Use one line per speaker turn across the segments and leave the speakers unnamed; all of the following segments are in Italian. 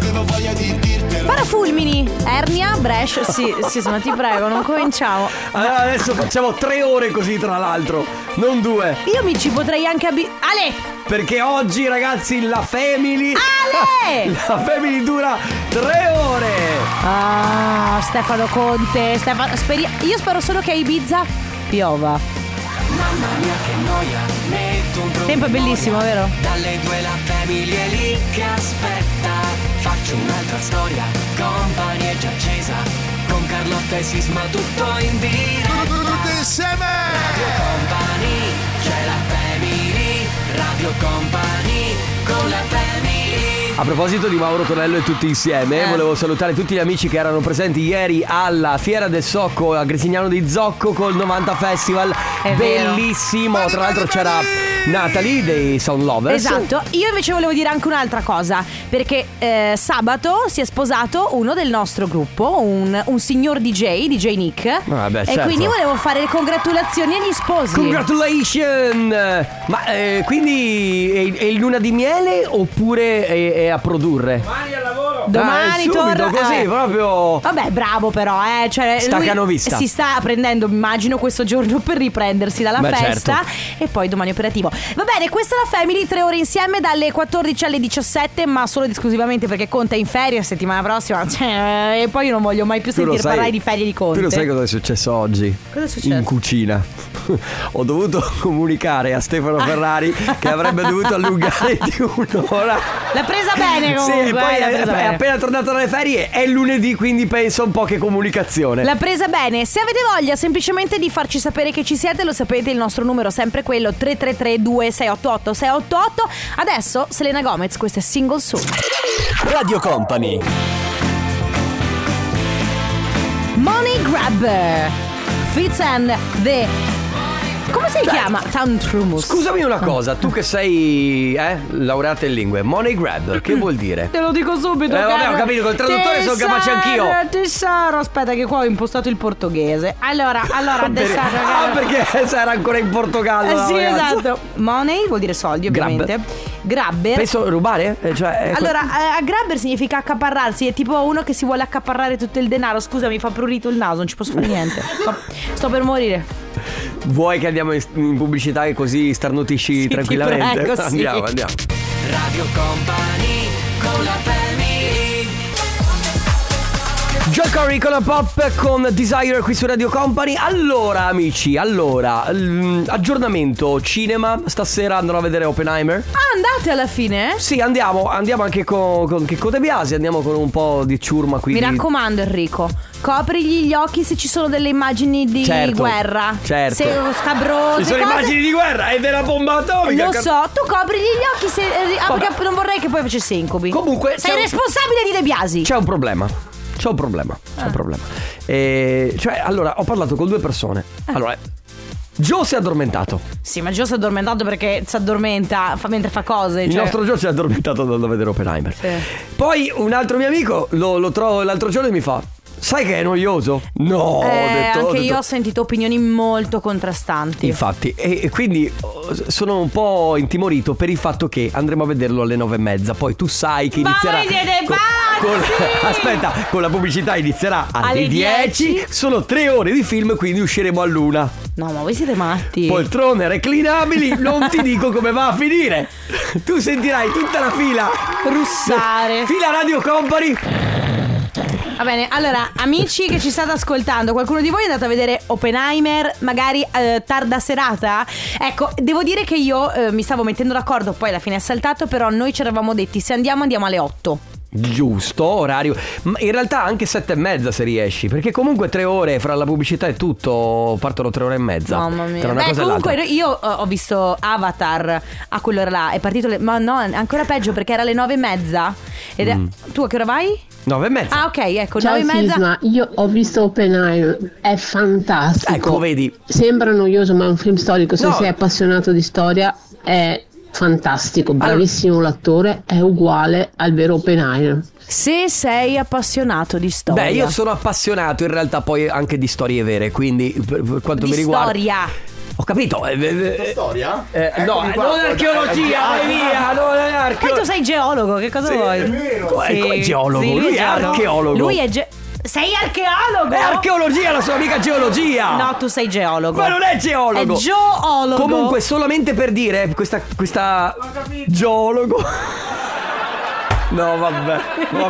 avevo voglia di dirtelo.
Parafulmini, ernia, Brescia. Sì, ma ti prego, non cominciamo.
Allora adesso facciamo 3 ore così, tra l'altro, non 2.
Io mi ci potrei anche Ale!
Perché oggi, ragazzi, la Family
Ale!
La Family dura 3 ore.
Ah, Stefano Conte. Io spero solo che a Ibiza piova.
Mamma mia che noia, metto un
Tempo è bellissimo, vero?
Dalle 2 la Family è lì che aspetta. Faccio un'altra storia, Company è già accesa. Con Carlotta e Sisma tutto in diretta. Tutti insieme! Radio Company, c'è la Family. Radio Company, con la Family.
A proposito di Mauro Tonello e tutti insieme, volevo salutare tutti gli amici che erano presenti ieri alla Fiera del Socco a Grisignano di Zocco col 90 Festival.
È
bellissimo. Tra l'altro c'era Natalie dei Sound Lovers.
Esatto. Io invece volevo dire anche un'altra cosa, perché sabato si è sposato uno del nostro gruppo, un signor DJ Nick.
Vabbè,
e
certo.
quindi volevo fare le congratulazioni agli sposi.
Congratulations! Ma quindi è in luna di miele oppure è a produrre?
Domani al lavoro.
Domani
subito,
torna
così proprio.
Vabbè, bravo però, cioè
Staccano
lui
vista.
si sta prendendo, immagino, questo giorno per riprendersi dalla festa,
certo.
e poi domani operativo. Va bene, questa è la Family, 3 ore insieme dalle 14 alle 17, ma solo ed esclusivamente perché Conte è in ferie settimana prossima, e poi io non voglio mai più sentire parlare di ferie di Conte.
Tu lo sai cosa è successo oggi?
Cosa è successo?
In cucina ho dovuto comunicare a Stefano Ferrari che avrebbe dovuto allungare di un'ora.
L'ha presa bene comunque.
Sì, e poi
l'ha presa
è
bene.
appena tornato dalle ferie, è lunedì, quindi penso un po' che comunicazione.
L'ha presa bene. Se avete voglia semplicemente di farci sapere che ci siete, lo sapete, il nostro numero è sempre quello 333-2688-688. Adesso Selena Gomez, questa è Single Soul.
Radio Company.
Money Grabber, Fitz and the... Come si chiama? Tantrumus.
Scusami una cosa, tu che sei laureata in lingue, money grab, che vuol dire?
Te lo dico subito.
Vabbè, ho capito, col traduttore sono capace anch'io.
Tesoro, aspetta che qua ho impostato il portoghese. Allora
perché era ancora in Portogallo.
sì,
ragazza.
esatto. Money vuol dire soldi, ovviamente. Grabber.
Penso rubare?
Allora, grabber significa accaparrarsi. È tipo uno che si vuole accaparrare tutto il denaro. Scusa, mi fa prurito il naso, non ci posso fare niente. Sto per morire.
Vuoi che andiamo in pubblicità e così starnutisci tranquillamente?
Prego, sì.
Andiamo.
Radio Company, con la Family.
Joe Corey con la pop con Desire qui su Radio Company. Allora amici, aggiornamento cinema. Stasera andrò a vedere Oppenheimer.
Andate alla fine?
Sì, andiamo anche con Checco De Biasi. Andiamo con un po' di ciurma qui.
Mi raccomando, Enrico, coprigli gli occhi se ci sono delle immagini di guerra.
Certo.
Se scabrosi.
Ci sono immagini di guerra e della bomba atomica.
Lo so, tu coprigli gli occhi perché non vorrei che poi facesse incubi.
Comunque
sei responsabile di De Biasi.
C'è un problema. Allora, ho parlato con 2 persone. Allora, Joe si è addormentato.
Sì, ma Joe si è addormentato perché si addormenta mentre fa cose.
Il nostro Joe si è addormentato andando a vedere Oppenheimer. Sì. Poi un altro mio amico lo trovo l'altro giorno e mi fa: sai che è noioso? No, ho detto.
Io ho sentito opinioni molto contrastanti.
Infatti, e quindi sono un po' intimorito per il fatto che andremo a vederlo alle 9:30. Poi tu sai che inizierà. Aspetta, con la pubblicità inizierà alle 10. Sono 3 ore di film, quindi usciremo all'1.
No, ma voi siete matti.
Poltrone reclinabili, non ti dico come va a finire. Tu sentirai tutta la fila
russare.
Fila Radio Company.
Va bene, allora, amici che ci state ascoltando, qualcuno di voi è andato a vedere Oppenheimer, magari tarda serata? Ecco, devo dire che io mi stavo mettendo d'accordo, poi alla fine è saltato, però noi ci eravamo detti se andiamo alle 8.
Giusto, orario. Ma in realtà anche 7:30 se riesci, perché comunque 3 ore fra la pubblicità e tutto partono 3 ore e mezza.
Mamma mia. Comunque io ho visto Avatar a quell'ora là. È partito ma no, ancora peggio perché era alle 9:30. Tu a che ora vai?
9:30.
Ah, ok, ecco.
Ciao
9:30.
Sisma, io ho visto Oppenheimer, è fantastico.
Ecco, vedi.
Sembra noioso, ma è un film storico. Se
No.
sei appassionato di storia, è fantastico. Bravissimo l'attore, è uguale al vero Oppenheimer.
Se sei appassionato di storia.
Beh, io sono appassionato in realtà poi anche di storie vere, quindi per quanto
di
mi riguarda.
storia.
Ho capito.
Storia?
No, non archeologia, vai via. Non è
Poi tu sei geologo, che cosa vuoi?
È vero.
È geologo,
Sì,
lui è archeologo.
Lui è sei archeologo?
È archeologia, la sua amica geologia.
No, tu sei geologo.
Ma non è geologo.
È geologo.
Comunque, solamente per dire, questa geologo. No, vabbè.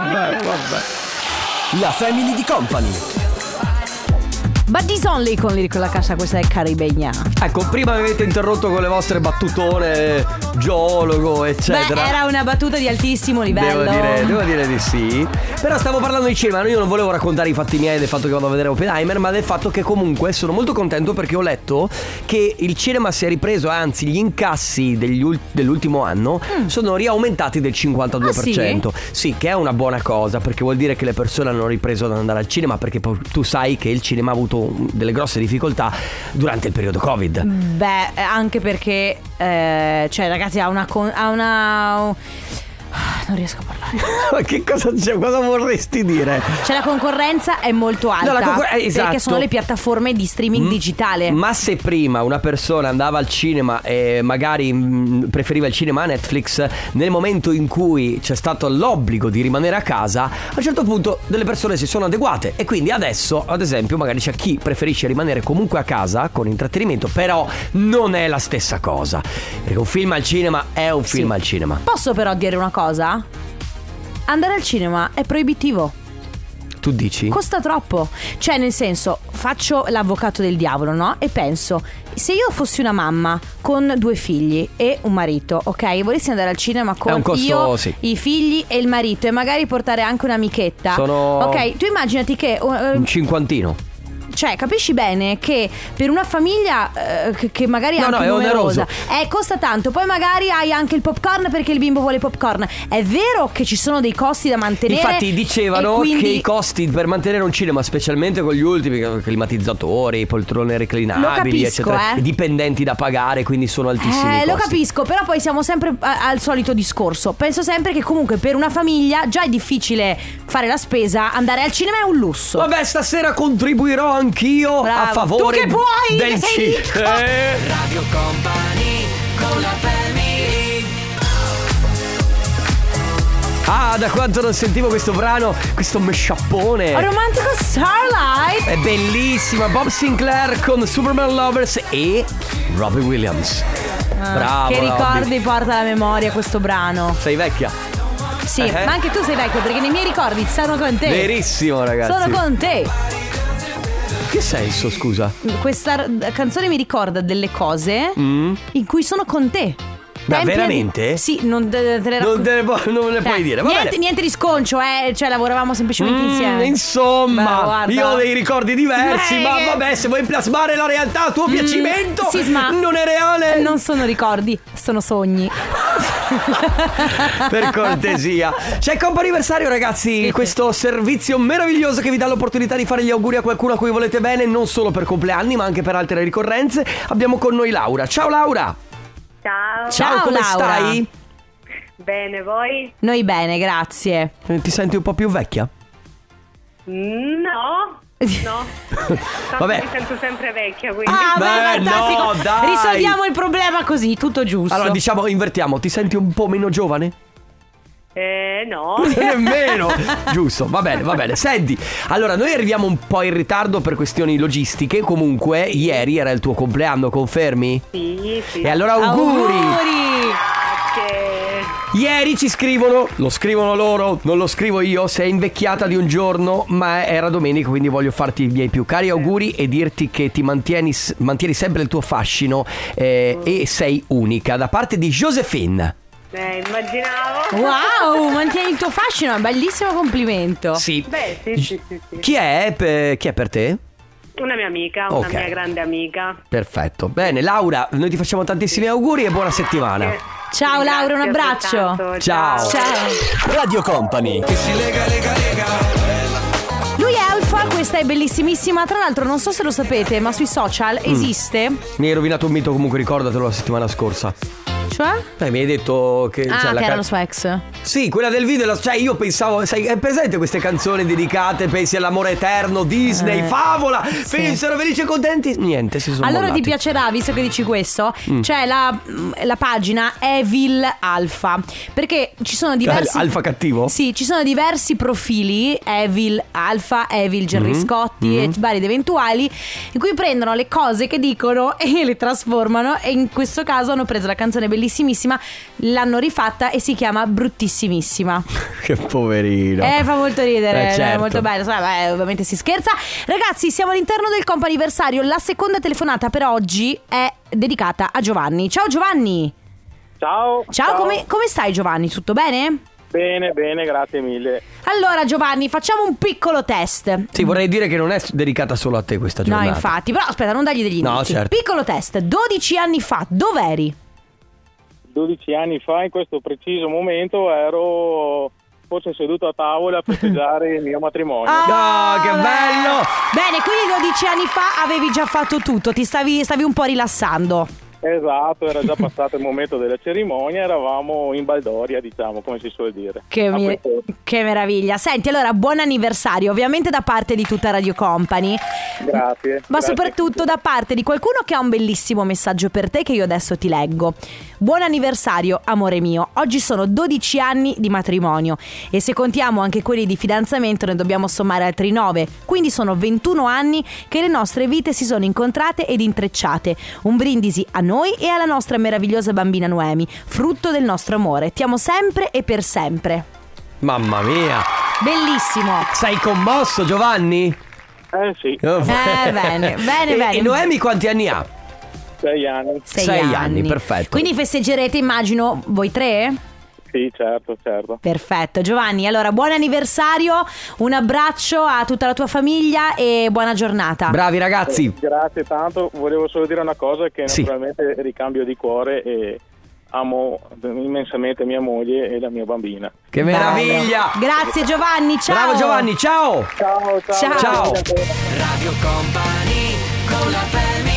La Family di Company.
Buddies Only con Lirico La Cassa, questa è Caribegna.
Ecco, prima mi avete interrotto con le vostre battutone, geologo, eccetera.
Beh, era una battuta di altissimo livello.
Devo dire di sì. Però stavo parlando di cinema. Io non volevo raccontare i fatti miei del fatto che vado a vedere Oppenheimer, ma del fatto che comunque sono molto contento perché ho letto che il cinema si è ripreso, anzi gli incassi dell'ultimo anno sono riaumentati del 52%. Sì, che è una buona cosa, perché vuol dire che le persone hanno ripreso ad andare al cinema, perché poi tu sai che il cinema ha avuto delle grosse difficoltà durante il periodo Covid.
Beh, anche perché cioè ragazzi ha una non riesco a parlare.
Ma che cosa c'è? Cosa vorresti dire?
Cioè la concorrenza è molto alta.
No, esatto.
Perché sono le piattaforme di streaming digitale.
Ma se prima una persona andava al cinema e magari preferiva il cinema a Netflix, nel momento in cui c'è stato l'obbligo di rimanere a casa, a un certo punto delle persone si sono adeguate. E quindi adesso, ad esempio, magari c'è chi preferisce rimanere comunque a casa con intrattenimento, però non è la stessa cosa. Perché un film al cinema è un film al cinema.
Posso però dire una cosa? Andare al cinema è proibitivo.
Tu dici?
Costa troppo. Cioè nel senso, faccio l'avvocato del diavolo, no? E penso, se io fossi una mamma con 2 figli e un marito, ok? Volessi andare al cinema con
un costo,
io,
sì,
i figli e il marito, e magari portare anche un'amichetta. Ok, tu immaginati che
un cinquantino.
Cioè, capisci bene che per una famiglia che magari è anche numerosa, costa tanto. Poi magari hai anche il popcorn perché il bimbo vuole popcorn. È vero che ci sono dei costi da mantenere.
Infatti dicevano
quindi
che i costi per mantenere un cinema, specialmente con gli ultimi climatizzatori, poltrone reclinabili, eccetera, dipendenti da pagare, quindi sono altissimi.
Lo capisco, però poi siamo sempre al solito discorso. Penso sempre che comunque per una famiglia già è difficile fare la spesa, andare al cinema è un lusso.
Vabbè, stasera contribuirò anch'io a favore del cinema.
Radio Company con la Family.
Da quanto non sentivo questo brano, questo mashuppone
romantico Starlight.
È bellissima. Bob Sinclair con Superman Lovers e Robbie Williams. Bravo.
Che ricordi porta alla memoria questo brano?
Sei vecchia?
Sì, ma anche tu sei vecchio, perché nei miei ricordi sono con te.
Verissimo, ragazzi.
Sono con te.
Che senso, scusa?
Questa canzone mi ricorda delle cose in cui sono con te.
Ma veramente?
Sì, non te le racconto.
Non le puoi dire.
Niente di sconcio, cioè lavoravamo semplicemente insieme.
Insomma, io ho dei ricordi diversi, ma vabbè, se vuoi plasmare la realtà a tuo piacimento,
Sisma,
non è reale.
Non sono ricordi, sono sogni.
Per cortesia. C'è il comp'anniversario, ragazzi. Questo servizio meraviglioso che vi dà l'opportunità di fare gli auguri a qualcuno a cui volete bene, non solo per compleanni ma anche per altre ricorrenze. Abbiamo con noi Laura. Ciao Laura.
Ciao
come
Laura.
stai?
Bene, voi?
Noi bene, grazie.
Ti senti un po' più vecchia?
No.
Vabbè.
Mi sento sempre vecchia, quindi.
Fantastico.
No, dai.
Risolviamo il problema così, tutto giusto.
Allora diciamo, invertiamo. Ti senti un po' meno giovane?
No.
Nemmeno. Giusto, va bene. Senti, allora noi arriviamo un po' in ritardo per questioni logistiche. Comunque ieri era il tuo compleanno, confermi?
Sì.
E allora auguri.
Grazie.
Ieri ci scrivono, lo scrivono loro, non lo scrivo io, sei invecchiata di un giorno, ma era domenica, quindi voglio farti i miei più cari auguri e dirti che ti mantieni sempre il tuo fascino e sei unica. Da parte di Josephine.
Immaginavo.
Wow, mantieni il tuo fascino, è un bellissimo complimento.
Sì.
Beh, sì.
Chi è per te?
Una mia amica,
Ok.
una mia grande amica.
Perfetto. Bene, Laura, noi ti facciamo tantissimi auguri e buona settimana.
Ciao Laura, un abbraccio.
altrettanto.
Ciao.
Radio Company.
Lui è Alfa, questa è bellissimissima. Tra l'altro non so se lo sapete, ma sui social esiste.
Mi hai rovinato un mito, comunque ricordatelo la settimana scorsa.
Cioè?
Mi hai detto che...
Ah, che era la sua ex.
Sì, quella del video, cioè io pensavo, sai, è presente queste canzoni dedicate, pensi all'amore eterno, Disney, favola, fossero felici e contenti? Niente, si sono
Allora
mollati.
ti piacerà, visto che dici questo, c'è la pagina Evil Alpha, perché ci sono diversi...
Alfa cattivo?
Sì, ci sono diversi profili, Evil Alpha, Evil Gerry Scotti e vari ed eventuali, in cui prendono le cose che dicono e le trasformano, e in questo caso hanno preso la canzone bellissimissima, l'hanno rifatta e si chiama Bruttissimissima.
Che poverino.
Fa molto ridere,
certo.
è molto bello. Ovviamente si scherza. Ragazzi, siamo all'interno del comp'anniversario. La seconda telefonata per oggi è dedicata a Giovanni. Ciao Giovanni.
Ciao.
Come stai Giovanni? Tutto bene?
Bene, grazie mille.
Allora Giovanni, facciamo un piccolo test.
Sì, vorrei dire che non è dedicata solo a te questa giornata.
No, infatti, però aspetta, non dagli degli indizi.
No, certo.
Piccolo test, 12 anni fa, dov'eri?
12 anni fa, in questo preciso momento, ero forse seduto a tavola a festeggiare il mio matrimonio.
No, che bello!
Bene, quindi 12 anni fa avevi già fatto tutto, ti stavi un po' rilassando.
Esatto, era già passato il momento della cerimonia, eravamo in baldoria, diciamo, come si suol dire.
Che meraviglia. Senti, allora, buon anniversario, ovviamente da parte di tutta Radio Company.
Grazie.
Ma
grazie.
soprattutto da parte di qualcuno che ha un bellissimo messaggio per te, che io adesso ti leggo. Buon anniversario, amore mio. Oggi sono 12 anni di matrimonio e se contiamo anche quelli di fidanzamento ne dobbiamo sommare altri 9. Quindi sono 21 anni che le nostre vite si sono incontrate ed intrecciate. Un brindisi a noi e alla nostra meravigliosa bambina Noemi, frutto del nostro amore. Ti amo sempre e per sempre.
Mamma mia.
Bellissimo.
Sei commosso, Giovanni?
Sì.
Bene.
E Noemi quanti anni ha?
6 anni.
6
anni, perfetto.
Quindi festeggerete, immagino, voi tre?
Sì, certo.
Perfetto. Giovanni, allora buon anniversario, un abbraccio a tutta la tua famiglia e buona giornata.
Bravi ragazzi.
Grazie tanto, volevo solo dire una cosa, che
Sì.
naturalmente ricambio di cuore e amo immensamente mia moglie e la mia bambina.
Che meraviglia.
Grazie Giovanni, ciao.
Bravo Giovanni, ciao.
Ciao.
Ciao.
Radio Company con la family.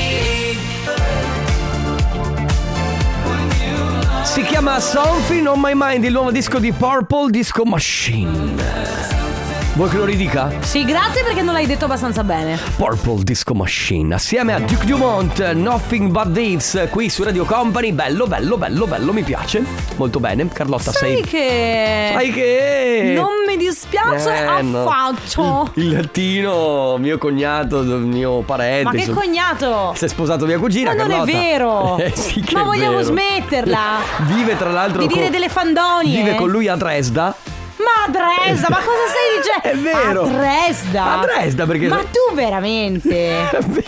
Si chiama Something on My Mind, il nuovo disco di Purple Disco Machine. Vuoi che lo ridica?
Sì, grazie perché non l'hai detto abbastanza bene.
Purple Disco Machine assieme a Duke Dumont, Nothing But Thieves, qui su Radio Company. Bello, mi piace. Molto bene, Carlotta,
Sai che non mi dispiace affatto.
No. Il latino, mio cognato, mio parente.
Ma che cognato?
Si è sposato mia cugina,
Ma non
Carlotta.
è vero.
Sì che
ma
è
vogliamo
vero.
smetterla
Vive tra l'altro
di dire delle fandonie.
Vive con lui a Dresda.
Ma a Dresda, ma cosa stai dicendo?
È vero.
A Dresda
perché
Ma tu veramente?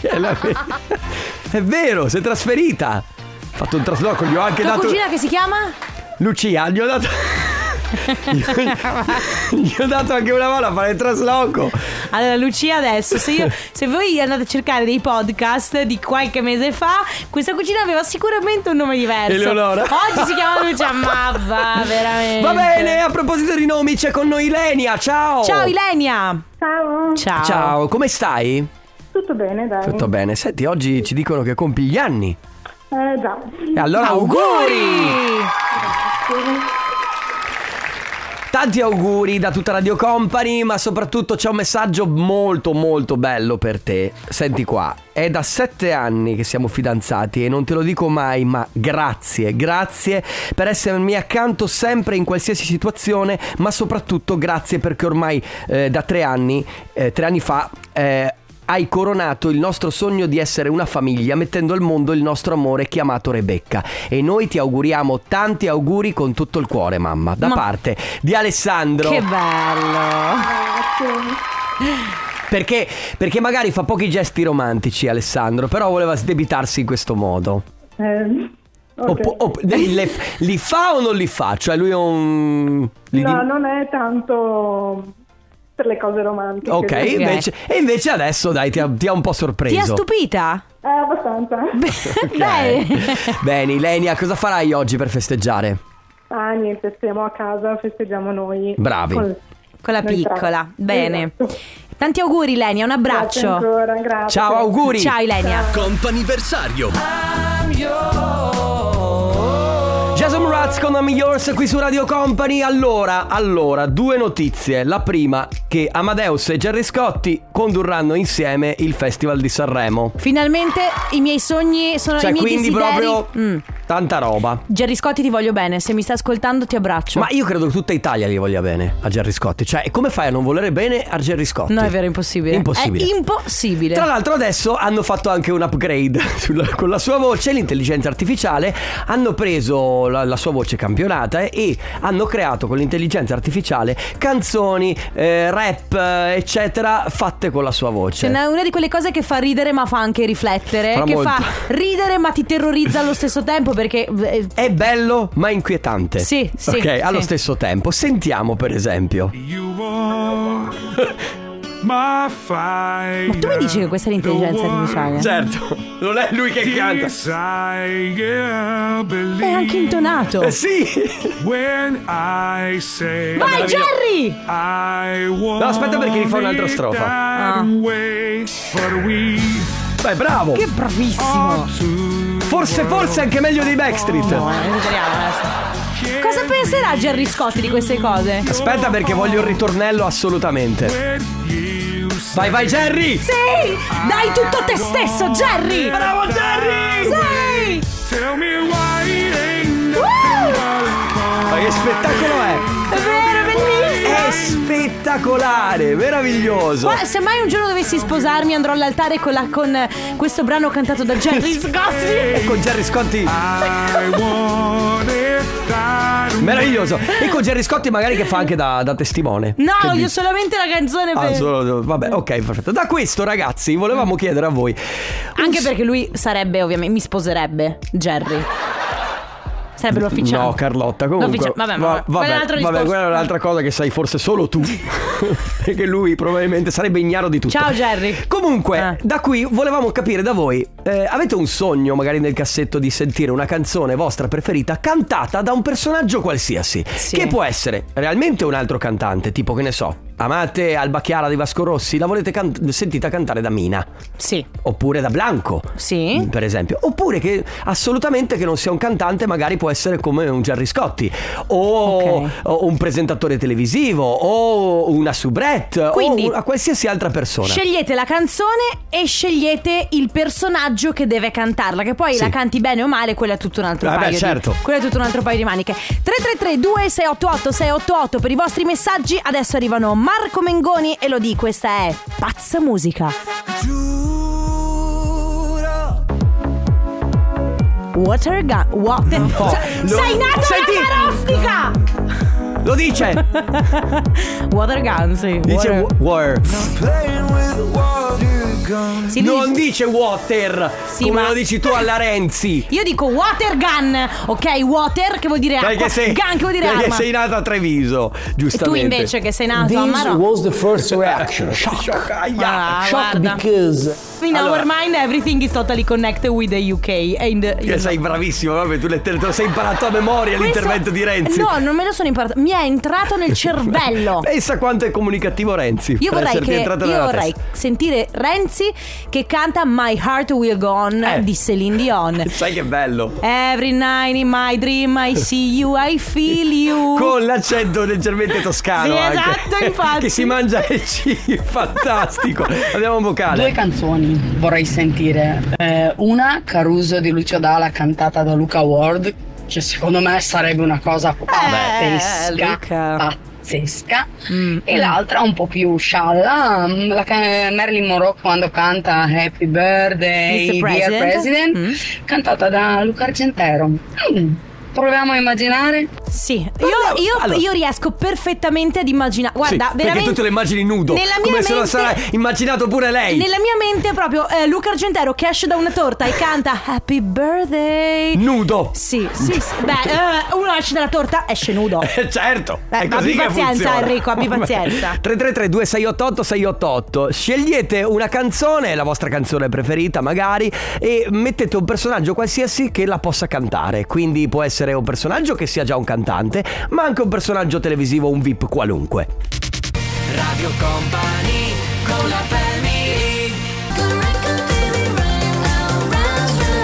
È vero, si è trasferita. Ha fatto un trasloco, gli ho anche
Tua
dato.
cugina che si chiama?
Lucia, gli ho dato. Gli ho dato anche una mano a fare il trasloco.
Allora Lucia, adesso se voi andate a cercare dei podcast di qualche mese fa, questa cugina aveva sicuramente un nome diverso.
Eleonora.
Oggi si chiama Lucia. Ma va, veramente.
Va bene, a proposito di nomi, c'è con noi Ilenia. Ciao.
Ciao Ilenia.
Ciao.
Ciao, come stai?
Tutto bene, dai.
Tutto bene. Senti, oggi ci dicono che compi gli anni.
Già.
E allora auguri! Tanti auguri da tutta Radio Company, ma soprattutto c'è un messaggio molto molto bello per te. Senti qua, è da 7 anni che siamo fidanzati e non te lo dico mai, ma grazie per essermi accanto sempre in qualsiasi situazione, ma soprattutto grazie perché ormai da 3 anni fa hai coronato il nostro sogno di essere una famiglia, mettendo al mondo il nostro amore chiamato Rebecca. E noi ti auguriamo tanti auguri con tutto il cuore, mamma, da parte di Alessandro.
Che bello.
Perché magari fa pochi gesti romantici Alessandro, però voleva sdebitarsi in questo modo.
Okay.
Li fa o non li fa? Cioè lui è un...
No, non è tanto per le cose romantiche.
Ok, invece adesso dai ti ha un po' sorpreso.
Ti ha stupita?
Abbastanza.
Bene.
Bene, Ilenia, cosa farai oggi per festeggiare?
Niente, stiamo a casa, festeggiamo noi.
Bravi.
Con la
noi
piccola.
tre.
Bene.
Esatto.
Tanti auguri Ilenia, un
Grazie
abbraccio.
ancora, grazie.
Ciao, auguri.
Ciao Ilenia.
Comp'anniversario.
Beats con I'm Yours qui su Radio Company. Allora, due notizie. La prima, che Amadeus e Gerry Scotti condurranno insieme il Festival di Sanremo.
Finalmente i miei sogni sono i miei
quindi
desideri.
proprio tanta roba.
Gerry Scotti, ti voglio bene. Se mi stai ascoltando ti abbraccio.
Ma io credo che tutta Italia gli voglia bene a Gerry Scotti. Cioè, come fai a non volere bene a Gerry Scotti?
No, è vero, impossibile.
Impossibile.
È impossibile.
Tra l'altro adesso hanno fatto anche un upgrade con la sua voce, l'intelligenza artificiale. Hanno preso la sua voce campionata e hanno creato con l'intelligenza artificiale canzoni, rap, eccetera, fatte con la sua voce.
C'è una di quelle cose che fa ridere ma fa anche riflettere,
Fa
che
molto.
fa ridere ma ti terrorizza allo stesso tempo, perché
È bello ma inquietante.
Sì,
ok, allo
sì.
stesso tempo. Sentiamo per esempio.
Ma tu mi dici che questa è l'intelligenza artificiale?
Certo, non è lui che canta.
È anche intonato.
Sì.
Vai Gerry!
No, aspetta, perché rifà un'altra strofa. Beh, bravo.
Che bravissimo.
Forse anche meglio dei Backstreet.
No, esageriamo adesso. Cosa penserà Gerry Scotti di queste cose?
Aspetta, perché voglio il ritornello assolutamente. Vai Gerry.
Sì! Dai tutto te stesso, Gerry!
Bravo Gerry.
Sì!
Ma che spettacolo è?
È vero, bellissimo!
È spettacolare, meraviglioso.
Ma se mai un giorno dovessi sposarmi andrò all'altare con questo brano cantato da Gerry Scotti.
E con Gerry Scotti meraviglioso. E con Gerry Scotti magari che fa anche da testimone.
No,
Che
voglio
dici?
solamente la canzone per...
Vabbè, ok, perfetto. Da questo, ragazzi, volevamo chiedere a voi.
Anche perché lui sarebbe, ovviamente, mi sposerebbe Gerry. Sarebbe l'ufficiale.
No, Carlotta, comunque.
Vabbè, ma quella è un'altra risposta.
quella è un'altra cosa che sai forse solo tu. Perché lui probabilmente sarebbe ignaro di tutto.
Ciao Gerry.
Comunque, da qui volevamo capire da voi, avete un sogno magari nel cassetto di sentire una canzone vostra preferita cantata da un personaggio qualsiasi?
Sì.
Che può essere realmente un altro cantante, tipo, che ne so, amate Alba Chiara di Vasco Rossi, la volete sentita cantare da Mina?
Sì.
Oppure da Blanco?
Sì.
Per esempio. Oppure che assolutamente che non sia un cantante, magari può essere come un Gerry Scotti o un presentatore televisivo o una soubrette.
Quindi,
o a qualsiasi altra persona.
Scegliete la canzone e scegliete il personaggio che deve cantarla. Che poi
Sì.
la canti bene o male, quello è tutto un altro paio
certo.
quello è tutto un altro paio di maniche. 333-2688-688 per i vostri messaggi. Adesso arrivano Marco Mengoni e Elodie. Questa è Pazza Musica. Water gun. Sei nato alla rostica!
Lo dice.
Water gun, sì.
Dice war.
Sì,
Non dice water.
Sì,
come
ma-
lo dici tu alla Renzi.
Io dico water gun, ok? Water che vuol dire acqua, gun che vuol dire
perché
arma.
sei nato a Treviso,
E
giustamente.
tu invece che sei nato a Marò.
was the first reaction. Shock.
Ah,
Shock
guarda.
because
In
Allora-
our mind everything is totally connected with the UK and
Che sei bravissimo, vabbè, tu te lo sei imparato a memoria
Questo-
l'intervento di Renzi.
No, non me lo sono imparato. Mi è entrato nel cervello.
Pensa quanto è comunicativo Renzi.
Io
per
vorrei,
esserti entrato nella testa.
sentire Renzi che canta My Heart Will Go On di Celine Dion.
Sai che bello.
Every night in my dream I see you, I feel you.
Con l'accento leggermente toscano
Sì,
anche.
esatto, infatti.
Che si mangia le C. Fantastico. Abbiamo un vocale.
Due canzoni vorrei sentire. Una, Caruso di Lucio Dalla cantata da Luca Ward, che secondo me sarebbe una cosa pazzesca.
Luca.
Pazzesca. E l'altra un po' più scialla, Marilyn Monroe quando canta Happy Birthday
Mr.
Dear
President.
President, cantata da Luca Argentero. Proviamo a immaginare.
Sì,
Allora.
io riesco perfettamente ad immaginare. Guarda,
Sì,
veramente.
perché tu te lo immagini nudo.
Nella mia
come se lo
mente-
sarà immaginato pure lei.
Nella mia mente proprio Luca Argentero che esce da una torta e canta Happy Birthday.
Nudo.
Sì. Beh, uno esce dalla torta, esce nudo.
Certo. È
Abbi
così che
pazienza,
funziona.
Enrico, abbi pazienza.
333-2688-688. Scegliete una canzone, la vostra canzone preferita magari, e mettete un personaggio qualsiasi che la possa cantare. Quindi può essere un personaggio che sia già un cantante, ma anche un personaggio televisivo, un VIP qualunque.
Radio Company con la family.
Nico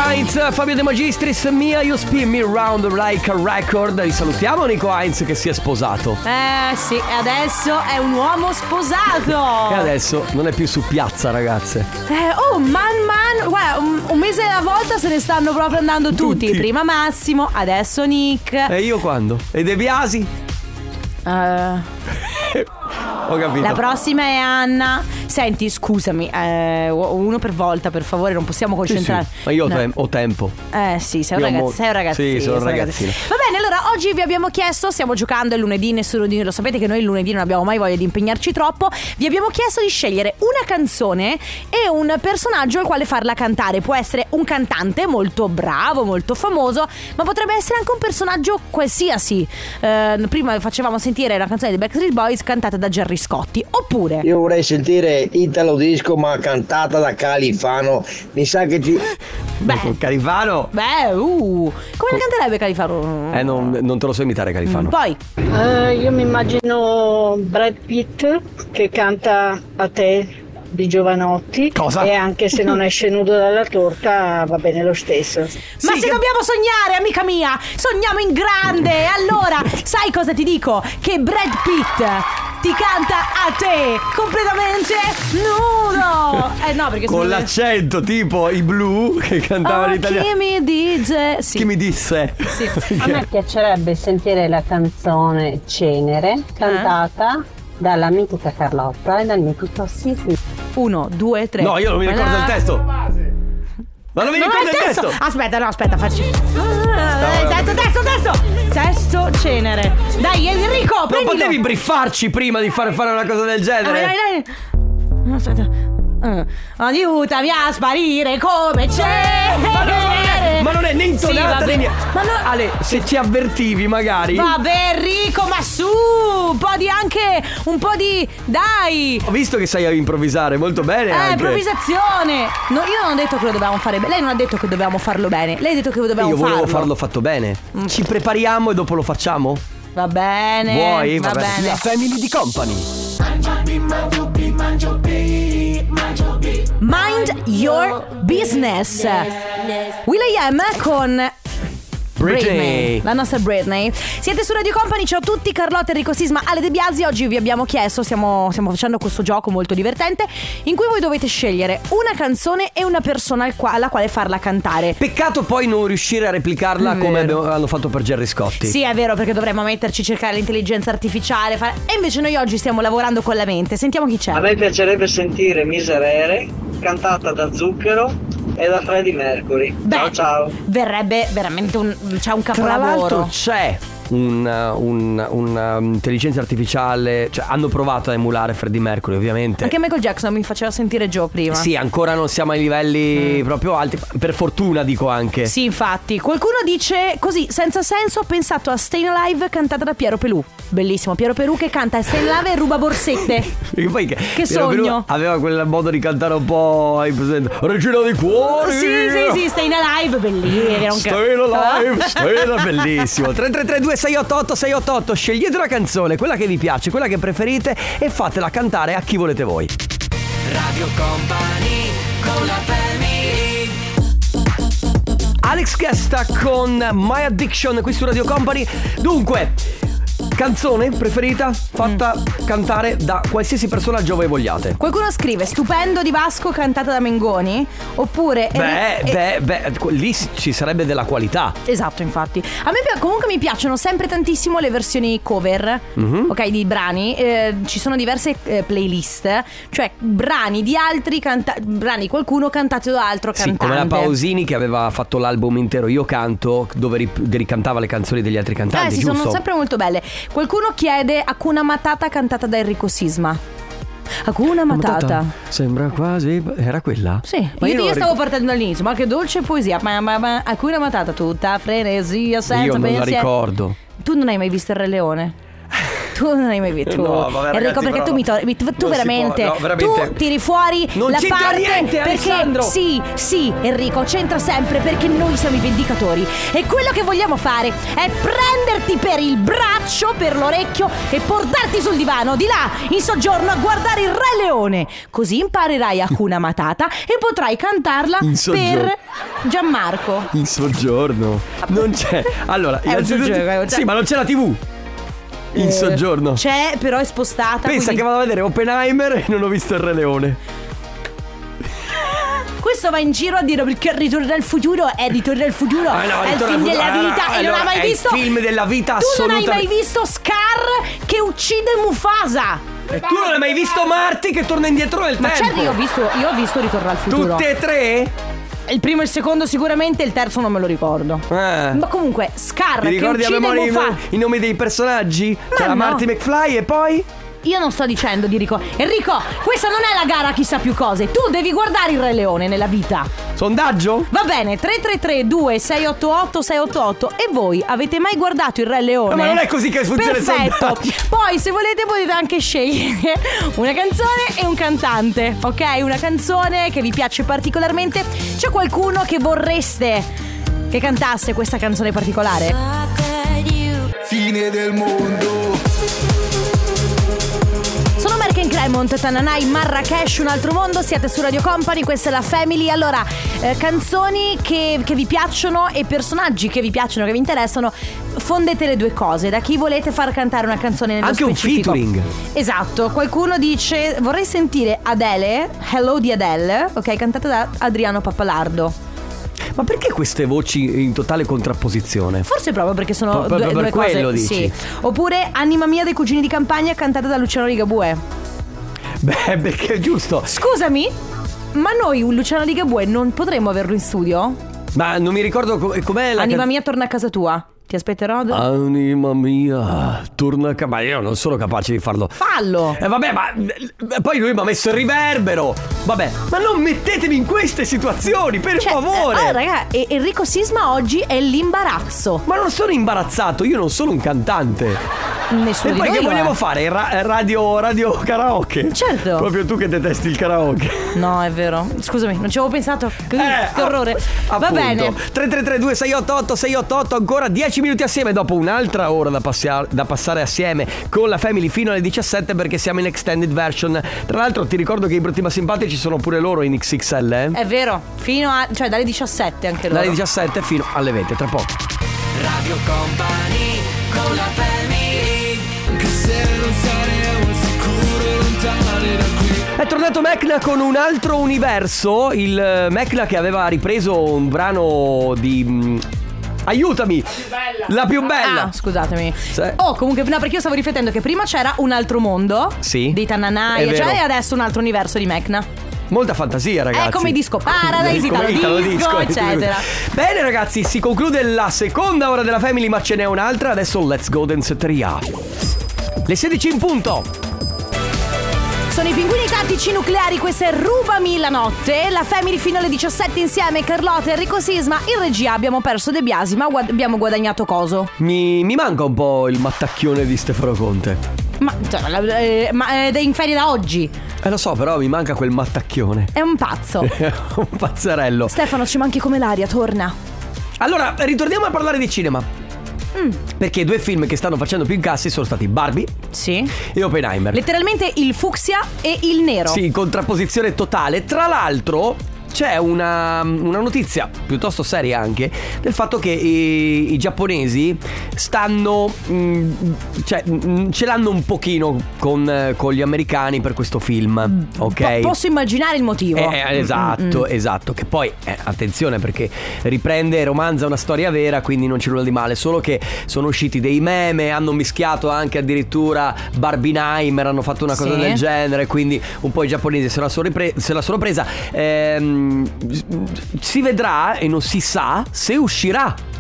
Heinz, Fabio De Magistris, Mia You Spin Me Round Like a Record. Li salutiamo Nico Heinz che si è sposato.
Sì, adesso è un uomo sposato.
E adesso non è più su piazza, ragazze.
Guarda, un mese alla volta se ne stanno proprio andando tutti. Prima Massimo, adesso Nick.
E io quando? E De Biasi? Ho capito.
La prossima è Anna. Senti, scusami, uno per volta, per favore, non possiamo concentrare.
Sì. Ma io ho tempo.
Sì, sei un ragazzino.
Sì, sono un ragazzino.
Va bene, allora oggi vi abbiamo chiesto, stiamo giocando il lunedì, nessuno di noi, lo sapete che noi il lunedì non abbiamo mai voglia di impegnarci troppo. Vi abbiamo chiesto di scegliere una canzone e un personaggio al quale farla cantare. Può essere un cantante molto bravo, molto famoso, ma potrebbe essere anche un personaggio qualsiasi. Prima facevamo sentire la canzone dei Backstreet Boys cantata da Gerry Scotti. Oppure
io vorrei sentire Italo Disco ma cantata da Califano. Mi sa che ci...
Con Califano?
Come la canterebbe Califano?
Non te lo so imitare Califano.
Poi
Io mi immagino Brad Pitt che canta A te di Giovanotti.
Cosa?
E anche se non esce nudo dalla torta va bene lo stesso.
Ma se dobbiamo sognare, amica mia, sogniamo in grande. Allora, sai cosa ti dico? Che Brad Pitt ti canta A te completamente nudo. No, perché
con l'accento tipo i Blue che cantavano in italiano.
Chi mi dice? Sì.
Chi mi disse?
Sì.
A me piacerebbe sentire la canzone Cenere cantata dalla mitica Carlotta e dal mitico Sissi.
1, 2, 3.
No, io non mi ricordo il testo. Ma non mi ricordo il testo.
Aspetta, facci. Testo Cenere. Dai Enrico,
non
prendilo.
potevi briffarci prima di fare una cosa del genere.
Dai. No, aspetta. Aiutami a sparire come c'è.
Ma non è né intonata né niente. Ale, se ci avvertivi magari.
Vabbè Enrico, ma su un po' di dai.
Ho visto che sai improvvisare molto bene anche.
Improvvisazione. No, io non ho detto che lo dovevamo fare bene. Lei non ha detto che dovevamo farlo bene. Lei ha detto che dovevamo farlo.
Io volevo farlo fatto bene. Ci prepariamo e dopo lo facciamo?
Va bene.
Vuoi?
Va bene.
La Family di Company.
Mind Your Business. will.i.am con Britney, la nostra Britney. Siete su Radio Company, ciao a tutti, Carlotta, Enrico Sisma, Ale De Biasi. Oggi vi abbiamo chiesto, stiamo facendo questo gioco molto divertente in cui voi dovete scegliere una canzone e una persona alla quale farla cantare.
Peccato poi non riuscire a replicarla come hanno fatto per Gerry Scotti.
Sì, è vero, perché dovremmo metterci, cercare l'intelligenza artificiale, e invece noi oggi stiamo lavorando con la mente. Sentiamo chi c'è.
A me piacerebbe sentire Miserere cantata da Zucchero e da Freddie Mercury. Ciao.
Verrebbe veramente c'è un capolavoro.
Tra l'altro c'è una intelligenza artificiale, cioè hanno provato a emulare Freddie Mercury, ovviamente.
Anche Michael Jackson mi faceva sentire Joe prima.
Sì, ancora non siamo ai livelli proprio alti, per fortuna dico anche.
Sì, infatti. Qualcuno dice così, senza senso, ho pensato a Stayin' Alive cantata da Piero Pelù. Bellissimo, Piero Pelù che canta Stayin' Alive e ruba borsette.
E poi
che
Piero
sogno.
Pelù aveva quel modo di cantare un po', hai presente? Regina di cuori.
Sì, Stayin' Alive, bellissimo.
Stayin' Alive, bellissimo. 3332 688 688. Scegliete una canzone, quella che vi piace, quella che preferite, e fatela cantare a chi volete voi.
Radio Company con la family.
Alex Guesta con My Addiction qui su Radio Company. Dunque, canzone preferita fatta cantare da qualsiasi personaggio voi vogliate.
Qualcuno scrive Stupendo di Vasco cantata da Mengoni. Oppure
lì ci sarebbe della qualità.
Esatto, infatti. A me comunque mi piacciono sempre tantissimo le versioni cover, ok, di brani. Ci sono diverse playlist, cioè brani di altri brani di qualcuno cantati da altro cantante.
Sì, come la Pausini che aveva fatto l'album intero Io Canto, dove ricantava le canzoni degli altri cantanti,
sì,
giusto?
Sono sempre molto belle. Qualcuno chiede Hakuna Matata cantata da Enrico Sisma. Hakuna Matata.
Sembra quasi. Era quella?
Sì, ma io stavo partendo dall'inizio. Ma che dolce poesia. Ma Hakuna Matata, tutta frenesia senza
pensiero. Io non la ricordo.
Tu non hai mai visto il Re Leone? Tu non hai mai visto.
No, vabbè,
Enrico,
ragazzi,
perché tu veramente,
veramente.
tu tiri fuori
non
la
c'entra
parte
niente,
perché
Alessandro.
sì, Enrico, c'entra sempre perché noi siamo i vendicatori e quello che vogliamo fare è prenderti per il braccio, per l'orecchio e portarti sul divano di là in soggiorno a guardare il Re Leone. Così imparerai Hakuna Matata e potrai cantarla per Gianmarco.
In soggiorno non c'è. Allora,
È un soggiorno,
sì, ma non c'è la TV. In soggiorno
c'è, però è spostata.
Pensa
quindi...
che vado a vedere Oppenheimer e non ho visto il Re Leone.
Questo va in giro a dire perché Ritorno al futuro è Ritorno al futuro,
no,
è il film della vita e non ha mai visto.
È il film della vita
Tu non
assolutamente.
hai mai visto Scar che uccide Mufasa.
E tu non hai mai visto Marty che torna indietro nel
Ma
tempo.
certo, io ho visto Ritorno al futuro.
Tutte e tre?
Il primo e il secondo sicuramente, il terzo non me lo ricordo. Ma comunque Scar
Ti
che
ricordi a
uccide
memoria
Mufasa.
i nomi dei personaggi? C'era
no.
Marty McFly e poi?
Io non sto dicendo di Enrico, questa non è la gara a chissà più cose. Tu devi guardare il Re Leone nella vita.
Sondaggio?
Va bene, 333-2688-688. E voi avete mai guardato il Re Leone?
Ma non è così che funziona il
Perfetto.
sondaggio.
Poi se volete potete anche scegliere una canzone e un cantante. Ok, una canzone che vi piace particolarmente. C'è qualcuno che vorreste che cantasse questa canzone particolare?
Fine del mondo.
Sono Merck and Clement, Tananai, Marrakesh, un altro mondo. Siete su Radio Company, questa è la Family. Allora, canzoni che vi piacciono e personaggi che vi piacciono, che vi interessano. Fondete le due cose. Da chi volete far cantare una canzone nello
anche
specifico?
un featuring.
Esatto, qualcuno dice vorrei sentire Adele, Hello di Adele, ok, cantata da Adriano Pappalardo.
Ma perché queste voci in totale contrapposizione?
Forse proprio perché sono
Per
due
quello
cose.
dici?
Sì. Oppure Anima mia dei Cugini di Campagna, cantata da Luciano Ligabue.
Beh, perché è giusto.
Scusami, ma noi un Luciano Ligabue non potremmo averlo in studio?
Ma non mi ricordo com'è la
Anima mia torna a casa tua. Ti aspetterò.
Anima mia, torna a casa. Ma io non sono capace di farlo.
Fallo.
Vabbè, ma poi lui mi ha messo il riverbero. Vabbè, ma non mettetemi in queste situazioni, per favore.
Raga, Enrico Sisma oggi è l'imbarazzo.
Ma non sono imbarazzato, io non sono un cantante.
Nessuno
E
di
poi
noi
che
lo
vogliamo
è.
fare? Radio karaoke?
Certo.
Proprio tu che detesti il karaoke.
No, è vero. Scusami, non ci avevo pensato. Che orrore. Va bene.
333-2688-688. Ancora 10 minuti assieme dopo un'altra ora da passare assieme con la Family fino alle 17 perché siamo in extended version. Tra l'altro ti ricordo che i Brutti ma Simpatici sono pure loro in XXL, eh?
È vero. Fino a, cioè dalle 17 anche loro.
Dalle 17 fino alle 20, tra poco.
Radio Company con la Family. Anche se non saremo sicuro lontani da qui.
È tornato Mecna con un altro universo. Il Mecna che aveva ripreso un brano di aiutami, la più bella.
Ah, scusatemi. Oh, comunque, no, perché io stavo riflettendo che prima c'era un altro mondo.
Sì.
Di Tananai,
È
cioè,
vero.
e adesso un altro universo di Mecna.
Molta fantasia, ragazzi.
È come Disco Paradise,
Come
Italo Disco, eccetera.
Bene, ragazzi, si conclude la seconda ora della Family, ma ce n'è un'altra. Adesso let's go danceteria. Le 16 in punto.
Sono i Pinguini Tattici Nucleari, questa è Rubami la notte. La Family fino alle 17 insieme, Carlotta, Enrico Sisma. In regia abbiamo perso De Biasi, ma abbiamo guadagnato coso?
Mi manca un po' il mattacchione di Stefano Conte.
Ma è in ferie da oggi.
Lo so, però mi manca quel mattacchione.
È un pazzo.
Un pazzerello.
Stefano, ci manchi come l'aria, torna.
Allora, ritorniamo a parlare di cinema. Perché i due film che stanno facendo più incassi sono stati Barbie,
sì,
e Oppenheimer.
Letteralmente il fucsia e il nero.
Sì, in contrapposizione totale. Tra l'altro c'è una notizia piuttosto seria anche del fatto che i giapponesi stanno ce l'hanno un pochino con gli americani per questo film, ok?
Posso immaginare il motivo.
Esatto. Che poi attenzione, perché riprende e romanza una storia vera, quindi non c'è nulla di male. Solo che sono usciti dei meme, hanno mischiato anche addirittura Barbenheimer, hanno fatto una cosa del genere, quindi un po' i giapponesi se la sono presa. Si vedrà e non si sa se uscirà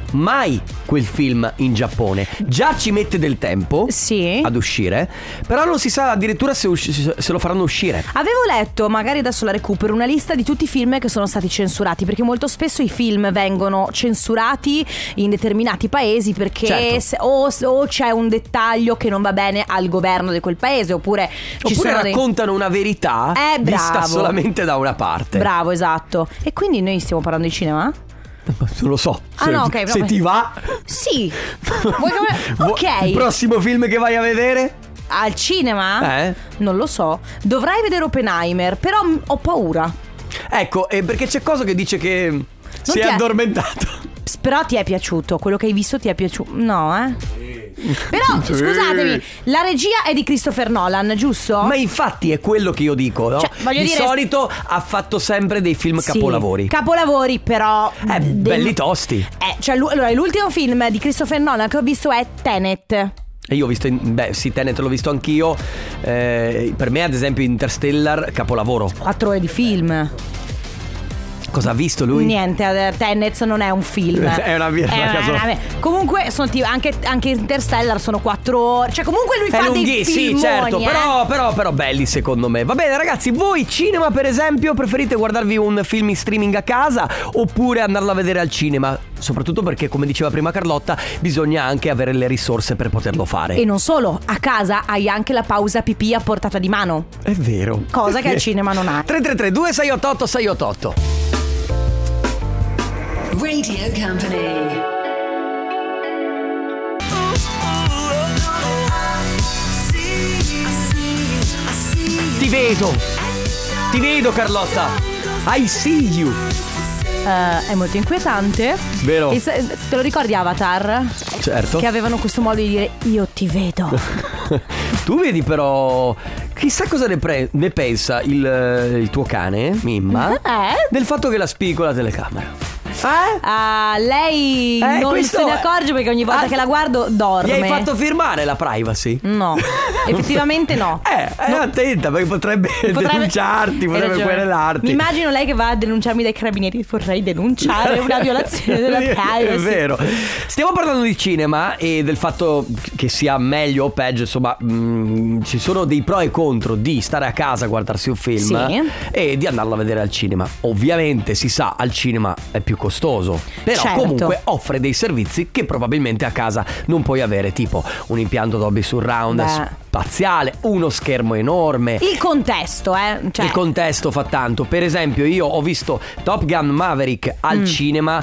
mai quel film in Giappone. Già ci mette del tempo ad uscire, però non si sa addirittura se lo faranno uscire.
Avevo letto, magari adesso la recupero, una lista di tutti i film che sono stati censurati, perché molto spesso i film vengono censurati in determinati paesi perché o c'è un dettaglio che non va bene al governo di quel paese, oppure
raccontano una verità vista solamente da una parte.
Bravo, esatto. E quindi noi stiamo parlando di cinema?
Non lo so. Se ti va.
Sì. Ok.
Il prossimo film che vai a vedere?
Al cinema? Non lo so. Dovrei vedere Oppenheimer, però ho paura.
Ecco, perché c'è cosa che dice che si è addormentato.
Però ti è piaciuto? Quello che hai visto ti è piaciuto? No, Però scusatemi, la regia è di Christopher Nolan, giusto?
Ma infatti è quello che io dico, no? Di solito ha fatto sempre dei film capolavori.
Capolavori, però
belli tosti.
Allora, l'ultimo film di Christopher Nolan che ho visto è Tenet.
E io ho visto Tenet l'ho visto anch'io. Per me ad esempio Interstellar, capolavoro.
4 ore di film.
Cosa ha visto lui?
Niente, Tenet non è un film.
È una
comunque sono anche Interstellar sono 4 ore. Cioè comunque lui fa dei filmoni.
Sì, certo, però belli secondo me. Va bene ragazzi, voi cinema per esempio preferite guardarvi un film in streaming a casa oppure andarlo a vedere al cinema? Soprattutto perché, come diceva prima Carlotta, bisogna anche avere le risorse per poterlo fare.
E non solo, a casa hai anche la pausa pipì a portata di mano.
È vero.
Cosa che al cinema non hai.
333 2688 688
Radio Company.
Ti vedo Carlotta. I see you.
È molto inquietante.
Vero?
Te lo ricordi Avatar?
Certo.
Che avevano questo modo di dire io ti vedo.
Tu vedi però, chissà cosa ne pensa il tuo cane, Mimma, del fatto che la spigola la telecamera.
Lei non se ne accorge perché ogni volta che la guardo dorme.
Gli hai fatto firmare la privacy?
No, effettivamente no.
Attenta perché potrebbe denunciarti, potrebbe querelarti.
Mi immagino lei che va a denunciarmi dai carabinieri. Vorrei denunciare una violazione della privacy.
È vero. Stiamo parlando di cinema e del fatto che sia meglio o peggio. Insomma, ci sono dei pro e contro di stare a casa a guardarsi un film e di andarlo a vedere al cinema. Ovviamente si sa, al cinema è più costoso, però comunque offre dei servizi che probabilmente a casa non puoi avere, tipo un impianto Dolby Surround spaziale, uno schermo enorme.
Il contesto,
il contesto fa tanto. Per esempio io ho visto Top Gun Maverick al cinema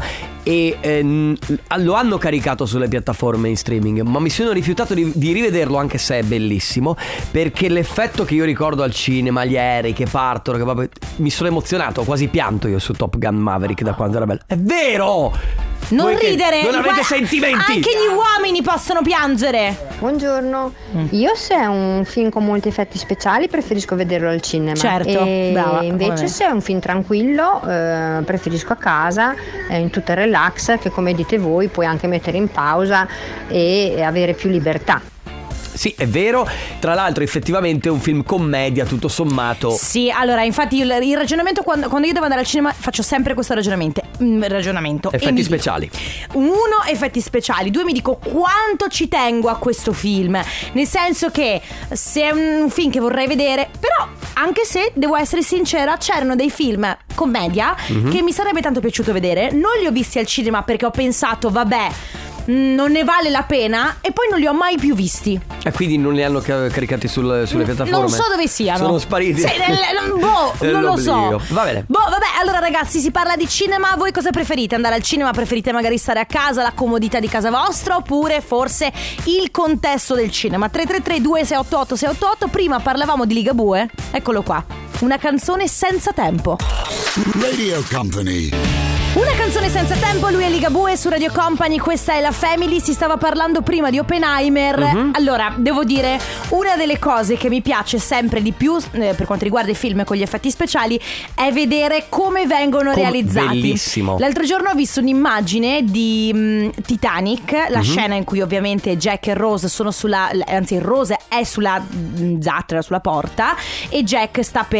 e lo hanno caricato sulle piattaforme in streaming, ma mi sono rifiutato di rivederlo, anche se è bellissimo, perché l'effetto che io ricordo al cinema, gli aerei che partono, mi sono emozionato, ho quasi pianto io su Top Gun Maverick da quando era bello. È vero!
Non ridere,
non avete sentimenti.
Anche gli uomini possono piangere.
Buongiorno. Io se è un film con molti effetti speciali preferisco vederlo al cinema.
Certo, brava.
Invece se è un film tranquillo preferisco a casa, in tutta relax, che come dite voi puoi anche mettere in pausa e avere più libertà.
Sì, è vero. Tra l'altro effettivamente è un film commedia tutto sommato.
Sì, allora infatti il ragionamento quando io devo andare al cinema faccio sempre questo ragionamento.
Effetti speciali.
Uno, effetti speciali. Due, mi dico quanto ci tengo a questo film. Nel senso che se è un film che vorrei vedere, però anche se devo essere sincera, c'erano dei film commedia che mi sarebbe tanto piaciuto vedere. Non li ho visti al cinema perché ho pensato vabbè, non ne vale la pena, e poi non li ho mai più visti.
E quindi non li hanno caricati sulle piattaforme?
Non so dove siano.
Sono spariti.
Sì, non lo so.
Va bene.
Vabbè, allora ragazzi, si parla di cinema. Voi cosa preferite? Andare al cinema? Preferite magari stare a casa, la comodità di casa vostra, oppure forse il contesto del cinema? 333 2688 688. Prima parlavamo di Ligabue. Eccolo qua, una canzone senza tempo.
Radio Company.
Una canzone senza tempo, lui è Ligabue su Radio Company, questa è la Family. Si stava parlando prima di Oppenheimer. Allora, devo dire, una delle cose che mi piace sempre di più per quanto riguarda i film con gli effetti speciali è vedere come vengono realizzati.
Bellissimo.
L'altro giorno ho visto un'immagine di Titanic, la scena in cui ovviamente Jack e Rose sono sulla, anzi Rose è sulla zattera, sulla porta, e Jack sta per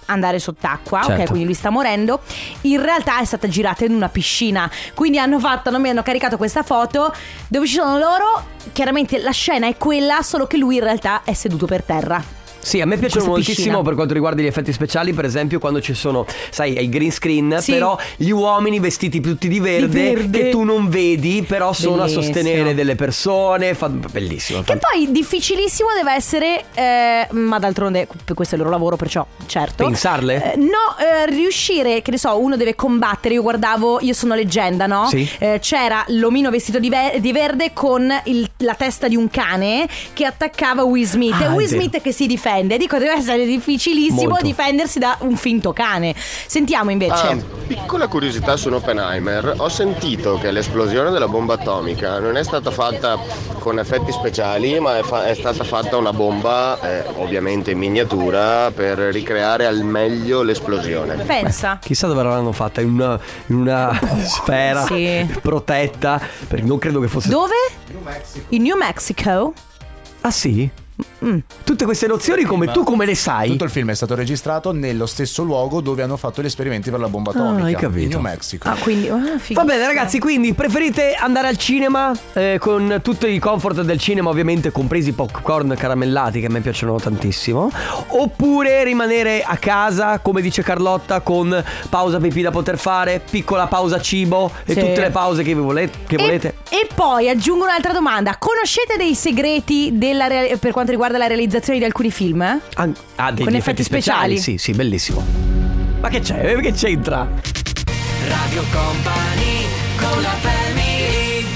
andare sott'acqua,
Certo.
ok, quindi lui sta morendo. In realtà è stata girata in una piscina, quindi mi hanno caricato questa foto dove ci sono loro. Chiaramente la scena è quella, solo che lui in realtà è seduto per terra.
Sì, a me piacciono
Questa
moltissimo
piscina.
per quanto riguarda gli effetti speciali, per esempio quando ci sono, sai, ai green screen,
Sì.
però gli uomini vestiti tutti di verde, che tu non vedi, però sono
Bellissimo.
a sostenere delle persone, bellissimo.
Che poi difficilissimo deve essere, ma d'altronde questo è il loro lavoro, perciò certo.
Pensarle?
Riuscire, che ne so, uno deve combattere. Io guardavo Io sono leggenda, no?
Sì.
C'era l'omino vestito di verde con la testa di un cane che attaccava Will Smith. E
Ah,
Will
è vero.
Smith che si difende. Dico, deve essere difficilissimo
Molto.
difendersi da un finto cane. Sentiamo invece.
Piccola curiosità su Oppenheimer, ho sentito che l'esplosione della bomba atomica non è stata fatta con effetti speciali, ma è stata fatta una bomba ovviamente in miniatura per ricreare al meglio l'esplosione.
Pensa.
Chissà dove l'hanno fatta, in una sfera
Sì.
protetta, perché non credo che fosse...
Dove? In New Mexico.
Ah sì? Tutte queste nozioni come le sai?
Tutto il film è stato registrato nello stesso luogo dove hanno fatto gli esperimenti per la bomba atomica,
hai capito.
in New Mexico.
Quindi
Va bene ragazzi, quindi preferite andare al cinema con tutti i comfort del cinema, ovviamente compresi i popcorn caramellati che a me piacciono tantissimo, oppure rimanere a casa, come dice Carlotta, con pausa pipì da poter fare, piccola pausa cibo e
Sì.
tutte le pause che volete?
E poi aggiungo un'altra domanda. Conoscete dei segreti per quanto riguarda la realizzazione di alcuni film?
Degli
Con effetti speciali?
Sì, bellissimo. Ma che c'è? Che c'entra?
Radio Company con la family.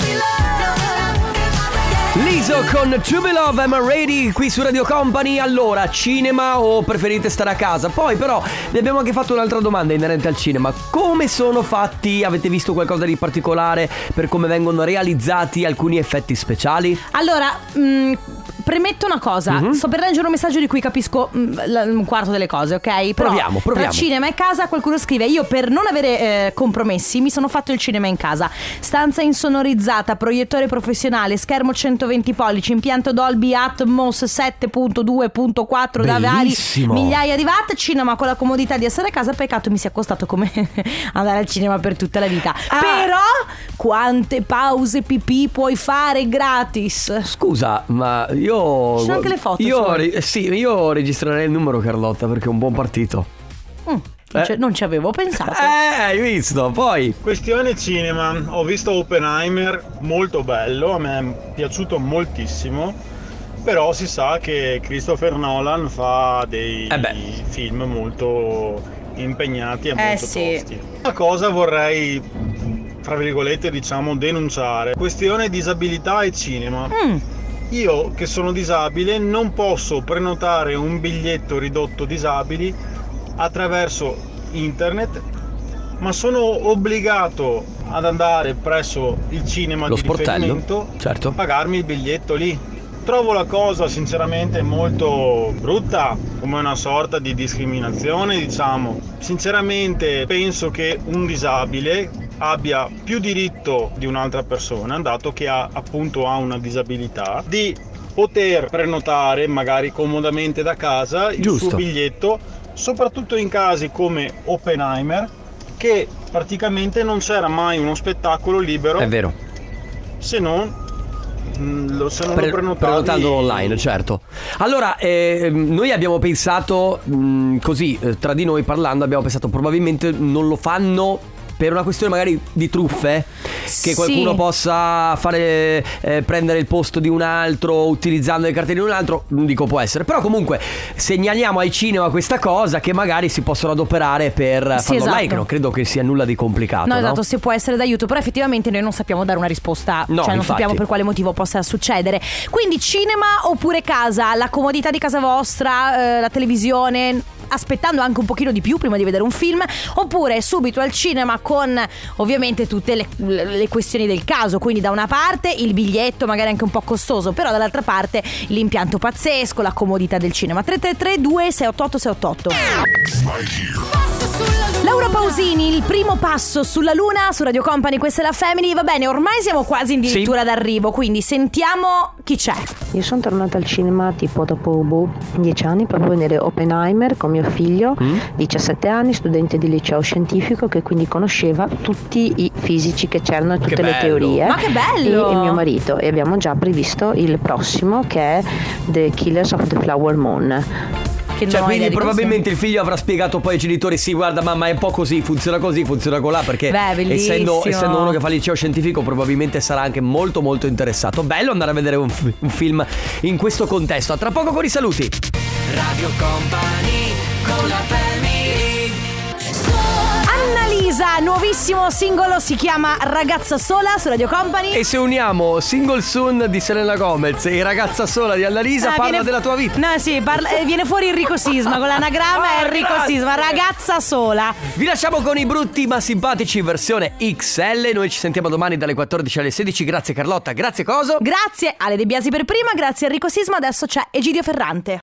Liso con To Be Love, I'm Ready qui su Radio Company. Allora, cinema o preferite stare a casa? Poi però vi abbiamo anche fatto un'altra domanda inerente al cinema. Come sono fatti? Avete visto qualcosa di particolare per come vengono realizzati alcuni effetti speciali?
Allora, premetto una cosa. Sto per leggere un messaggio di cui capisco un quarto delle cose, ok? Però
Proviamo.
tra cinema e casa qualcuno scrive: io per non avere compromessi mi sono fatto il cinema in casa. Stanza insonorizzata, proiettore professionale, schermo 120 pollici, impianto Dolby Atmos 7.2.4 da vari
Bellissimo.
migliaia di watt, cinema con la comodità di essere a casa. Peccato mi sia costato come andare al cinema per tutta la vita. Però quante pause pipì puoi fare gratis?
Scusa, ma io...
Ci sono anche le foto,
io registrerei il numero, Carlotta, perché è un buon partito.
Non ci avevo pensato.
Hai visto? Poi
Questione cinema, ho visto Oppenheimer, molto bello, a me è piaciuto moltissimo, però si sa che Christopher Nolan fa dei film molto impegnati e molto tosti. Una cosa vorrei, fra virgolette, diciamo, denunciare, questione disabilità e cinema. Io che sono disabile non posso prenotare un biglietto ridotto disabili attraverso internet, ma sono obbligato ad andare presso il cinema
lo
di
sportello,
riferimento,
certo.
pagarmi il biglietto lì. Trovo la cosa sinceramente molto brutta, come una sorta di discriminazione, diciamo. Sinceramente penso che un disabile abbia più diritto di un'altra persona, dato che ha una disabilità, di poter prenotare magari comodamente da casa il suo biglietto, soprattutto in casi come Oppenheimer, che praticamente non c'era mai uno spettacolo libero.
È vero.
Se non lo
prenotando online, certo. Allora, noi abbiamo pensato così, tra di noi parlando, abbiamo pensato probabilmente non lo fanno per una questione magari di truffe, che qualcuno possa fare prendere il posto di un altro utilizzando le cartelle di un altro, non dico può essere, però comunque segnaliamo ai cinema questa cosa, che magari si possono adoperare per farlo online, che non credo che sia nulla di complicato.
No, esatto, se può essere d'aiuto, però effettivamente noi non sappiamo dare una risposta, cioè non sappiamo per quale motivo possa succedere. Quindi cinema oppure casa, la comodità di casa vostra, la televisione, aspettando anche un pochino di più prima di vedere un film, oppure subito al cinema con ovviamente tutte le questioni del caso, quindi da una parte il biglietto magari anche un po' costoso, però dall'altra parte l'impianto pazzesco, la comodità del cinema. 333 2688 688. Laura Pausini, il primo passo sulla luna su Radio Company, questa è la Family. Va bene, ormai siamo quasi addirittura d'arrivo, quindi sentiamo chi c'è.
Io sono tornata al cinema tipo dopo 10 anni per vedere Oppenheimer con mio figlio, 17 anni, studente di liceo scientifico, che quindi conosceva tutti i fisici che c'erano e tutte le teorie.
Ma che bello!
E mio marito, e abbiamo già previsto il prossimo, che è The Killers of the Flower Moon.
Cioè, quindi probabilmente il figlio avrà spiegato poi ai genitori: sì, guarda mamma, è un po' così, funziona colà. Perché essendo uno che fa il liceo scientifico, probabilmente sarà anche molto molto interessato. Bello andare a vedere un film in questo contesto. A tra poco con i saluti.
Radio Company con la Family.
Annalisa, nuovissimo singolo, si chiama Ragazza Sola su Radio Company.
E se uniamo Single Soon di Selena Gomez e Ragazza Sola di Annalisa, parla della tua vita.
No, sì, viene fuori Enrico Sisma con l'anagramma. Enrico Sisma, Ragazza Sola.
Vi lasciamo con i brutti ma simpatici versione XL. Noi ci sentiamo domani dalle 14 alle 16. Grazie Carlotta, grazie Coso.
Grazie Ale De Biasi per prima, grazie Enrico Sisma. Adesso c'è Egidio Ferrante.